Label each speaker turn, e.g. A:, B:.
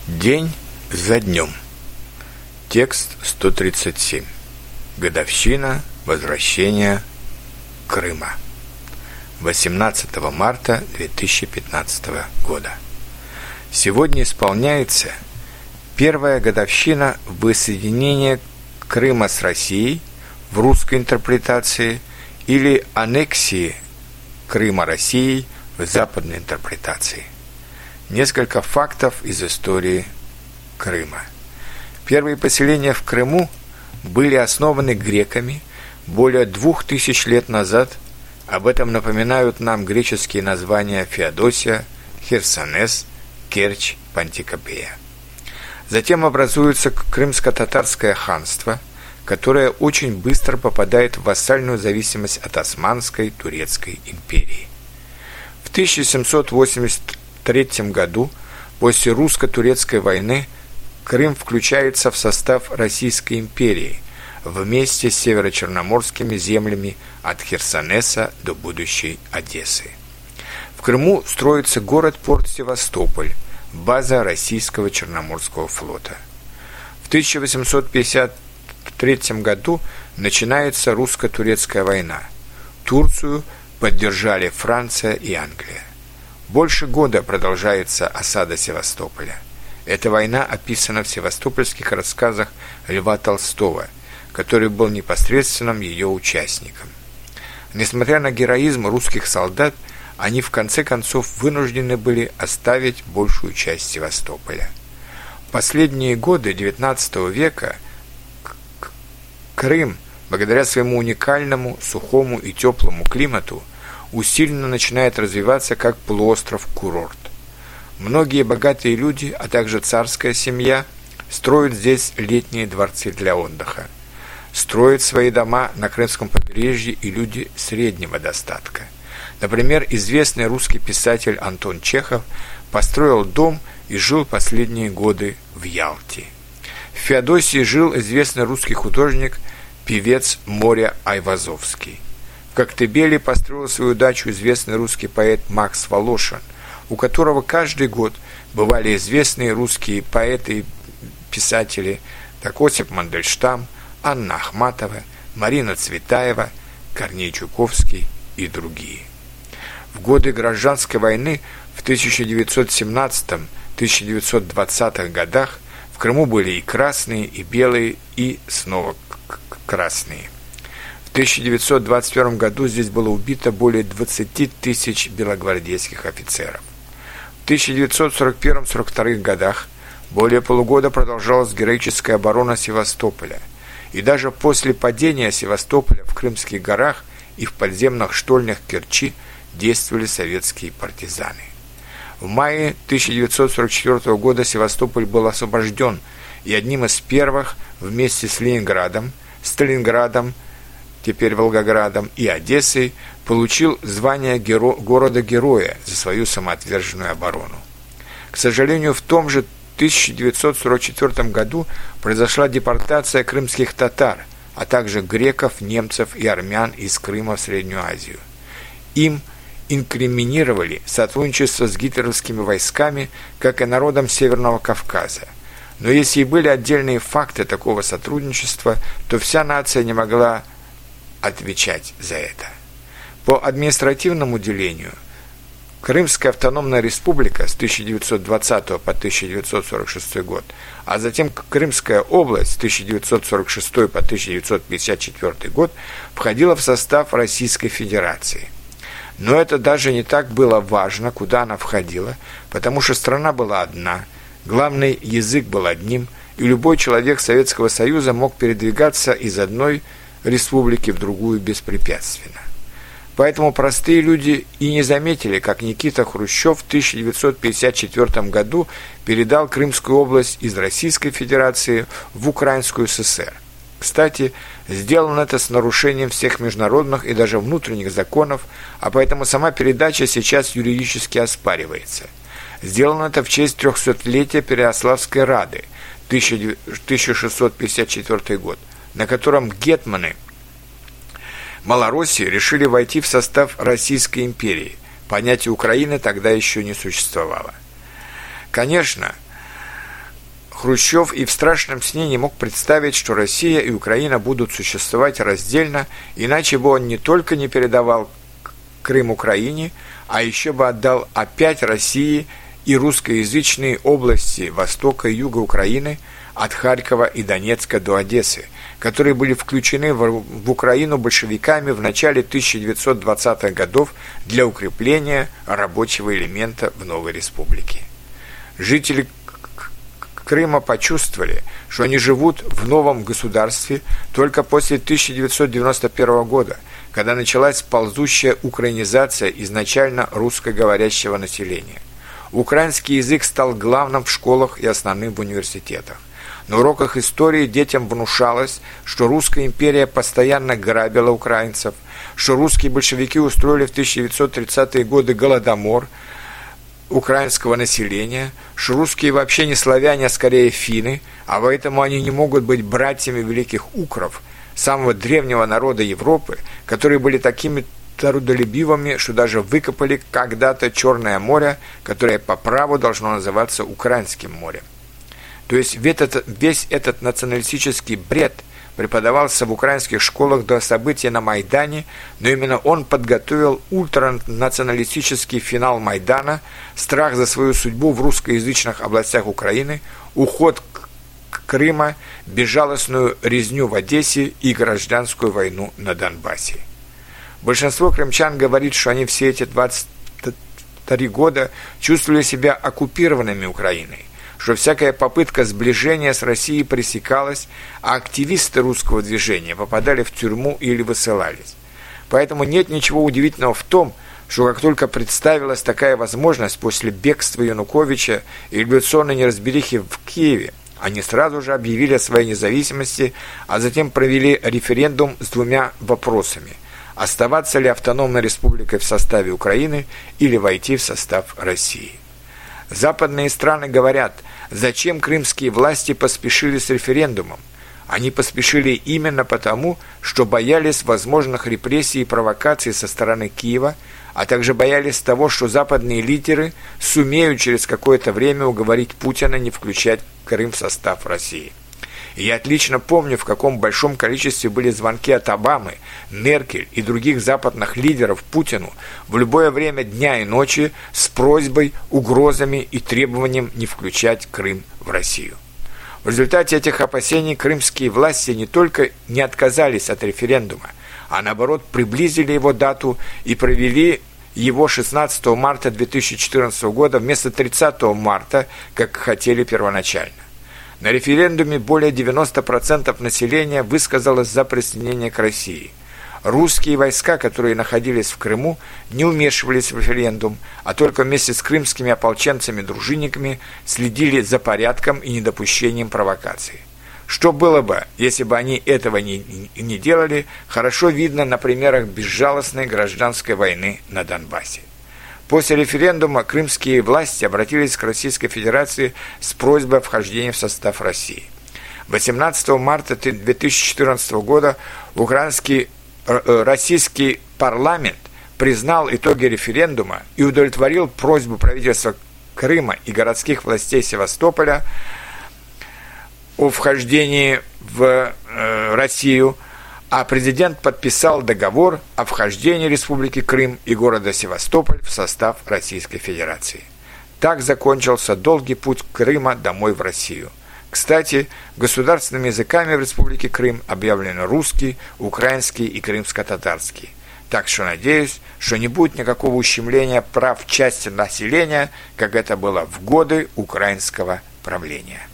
A: День за днем. Текст 137. Годовщина возвращения Крыма. 18 марта 2015 года. Сегодня исполняется первая годовщина воссоединения Крыма с Россией в русской интерпретации или аннексии Крыма Россией в западной интерпретации. Несколько фактов из истории Крыма. Первые поселения в Крыму были основаны греками более 2000 лет назад. Об этом напоминают нам греческие названия Феодосия, Херсонес, Керчь, Пантикопея. Затем образуется крымско-татарское ханство, которое очень быстро попадает в вассальную зависимость от Османской Турецкой империи. В 1783 году, после русско-турецкой войны, Крым включается в состав Российской империи вместе с северо-черноморскими землями от Херсонеса до будущей Одессы. В Крыму строится город-порт Севастополь, база российского Черноморского флота. В 1853 году начинается русско-турецкая война. Турцию поддержали Франция и Англия. Больше года продолжается осада Севастополя. Эта война описана в севастопольских рассказах Льва Толстого, который был непосредственным ее участником. Несмотря на героизм русских солдат, они в конце концов вынуждены были оставить большую часть Севастополя. В последние годы XIX века Крым, благодаря своему уникальному, сухому и теплому климату, усиленно начинает развиваться как полуостров-курорт. Многие богатые люди, а также царская семья, строят здесь летние дворцы для отдыха. Строят свои дома на Крымском побережье и люди среднего достатка. Например, известный русский писатель Антон Чехов построил дом и жил последние годы в Ялте. В Феодосии жил известный русский художник, певец моря Айвазовский. В Коктебеле построил свою дачу известный русский поэт Макс Волошин, у которого каждый год бывали известные русские поэты и писатели, как Осип Мандельштам, Анна Ахматова, Марина Цветаева, Корней Чуковский и другие. В годы гражданской войны в 1917-1920 годах в Крыму были и красные, и белые, и снова красные. В 1921 году здесь было убито более 20 тысяч белогвардейских офицеров. В 1941-1942 годах более полугода продолжалась героическая оборона Севастополя, и даже после падения Севастополя в Крымских горах и в подземных штольнях Керчи действовали советские партизаны. В мае 1944 года Севастополь был освобожден, и одним из первых вместе с Ленинградом, Сталинградом, теперь Волгоградом и Одессой, получил звание города-героя за свою самоотверженную оборону. К сожалению, в том же 1944 году произошла депортация крымских татар, а также греков, немцев и армян из Крыма в Среднюю Азию. Им инкриминировали сотрудничество с гитлеровскими войсками, как и народом Северного Кавказа. Но если и были отдельные факты такого сотрудничества, то вся нация не могла отвечать за это. По административному делению Крымская автономная республика с 1920 по 1946 год, а затем Крымская область с 1946 по 1954 год входила в состав Российской Федерации. Но это даже не так было важно, куда она входила, потому что страна была одна, главный язык был одним, и любой человек Советского Союза мог передвигаться из одной республики в другую беспрепятственно. Поэтому простые люди и не заметили, как Никита Хрущев в 1954 году передал Крымскую область из Российской Федерации в Украинскую ССР. Кстати, сделано это с нарушением всех международных и даже внутренних законов, а поэтому сама передача сейчас юридически оспаривается. Сделано это в честь 300-летия Переяславской Рады, 1654 год, на котором гетманы Малороссии решили войти в состав Российской империи. Понятие Украины тогда еще не существовало. Конечно, Хрущев и в страшном сне не мог представить, что Россия и Украина будут существовать раздельно, иначе бы он не только не передавал Крым Украине, а еще бы отдал опять России и русскоязычные области востока и юга Украины, от Харькова и Донецка до Одессы, которые были включены в Украину большевиками в начале 1920-х годов для укрепления рабочего элемента в новой республике. Жители Крыма почувствовали, что они живут в новом государстве только после 1991 года, когда началась ползущая украинизация изначально русскоговорящего населения. Украинский язык стал главным в школах и основным в университетах. На уроках истории детям внушалось, что русская империя постоянно грабила украинцев, что русские большевики устроили в 1930-е годы голодомор украинского населения, что русские вообще не славяне, а скорее финны, а поэтому они не могут быть братьями великих укров, самого древнего народа Европы, которые были такими трудолюбивыми, что даже выкопали когда-то Черное море, которое по праву должно называться Украинским морем. То есть весь этот националистический бред преподавался в украинских школах до события на Майдане, но именно он подготовил ультранационалистический финал Майдана, страх за свою судьбу в русскоязычных областях Украины, уход Крыма, безжалостную резню в Одессе и гражданскую войну на Донбассе. Большинство крымчан говорит, что они все эти 23 года чувствовали себя оккупированными Украиной, что всякая попытка сближения с Россией пресекалась, а активисты русского движения попадали в тюрьму или высылались. Поэтому нет ничего удивительного в том, что как только представилась такая возможность после бегства Януковича и революционной неразберихи в Киеве, они сразу же объявили о своей независимости, а затем провели референдум с двумя вопросами: оставаться ли автономной республикой в составе Украины или войти в состав России. Западные страны говорят, зачем крымские власти поспешили с референдумом. Они поспешили именно потому, что боялись возможных репрессий и провокаций со стороны Киева, а также боялись того, что западные лидеры сумеют через какое-то время уговорить Путина не включать Крым в состав России. И я отлично помню, в каком большом количестве были звонки от Обамы, Меркель и других западных лидеров Путину в любое время дня и ночи с просьбой, угрозами и требованием не включать Крым в Россию. В результате этих опасений крымские власти не только не отказались от референдума, а наоборот приблизили его дату и провели его 16 марта 2014 года вместо 30 марта, как хотели первоначально. На референдуме более 90% населения высказалось за присоединение к России. Русские войска, которые находились в Крыму, не вмешивались в референдум, а только вместе с крымскими ополченцами-дружинниками следили за порядком и недопущением провокаций. Что было бы, если бы они этого не делали, хорошо видно на примерах безжалостной гражданской войны на Донбассе. После референдума крымские власти обратились к Российской Федерации с просьбой о вхождении в состав России. 18 марта 2014 года российский парламент признал итоги референдума и удовлетворил просьбу правительства Крыма и городских властей Севастополя о вхождении в Россию, а президент подписал договор о вхождении Республики Крым и города Севастополь в состав Российской Федерации. Так закончился долгий путь Крыма домой в Россию. Кстати, государственными языками в Республике Крым объявлены русский, украинский и крымско-татарский. Так что надеюсь, что не будет никакого ущемления прав части населения, как это было в годы украинского правления.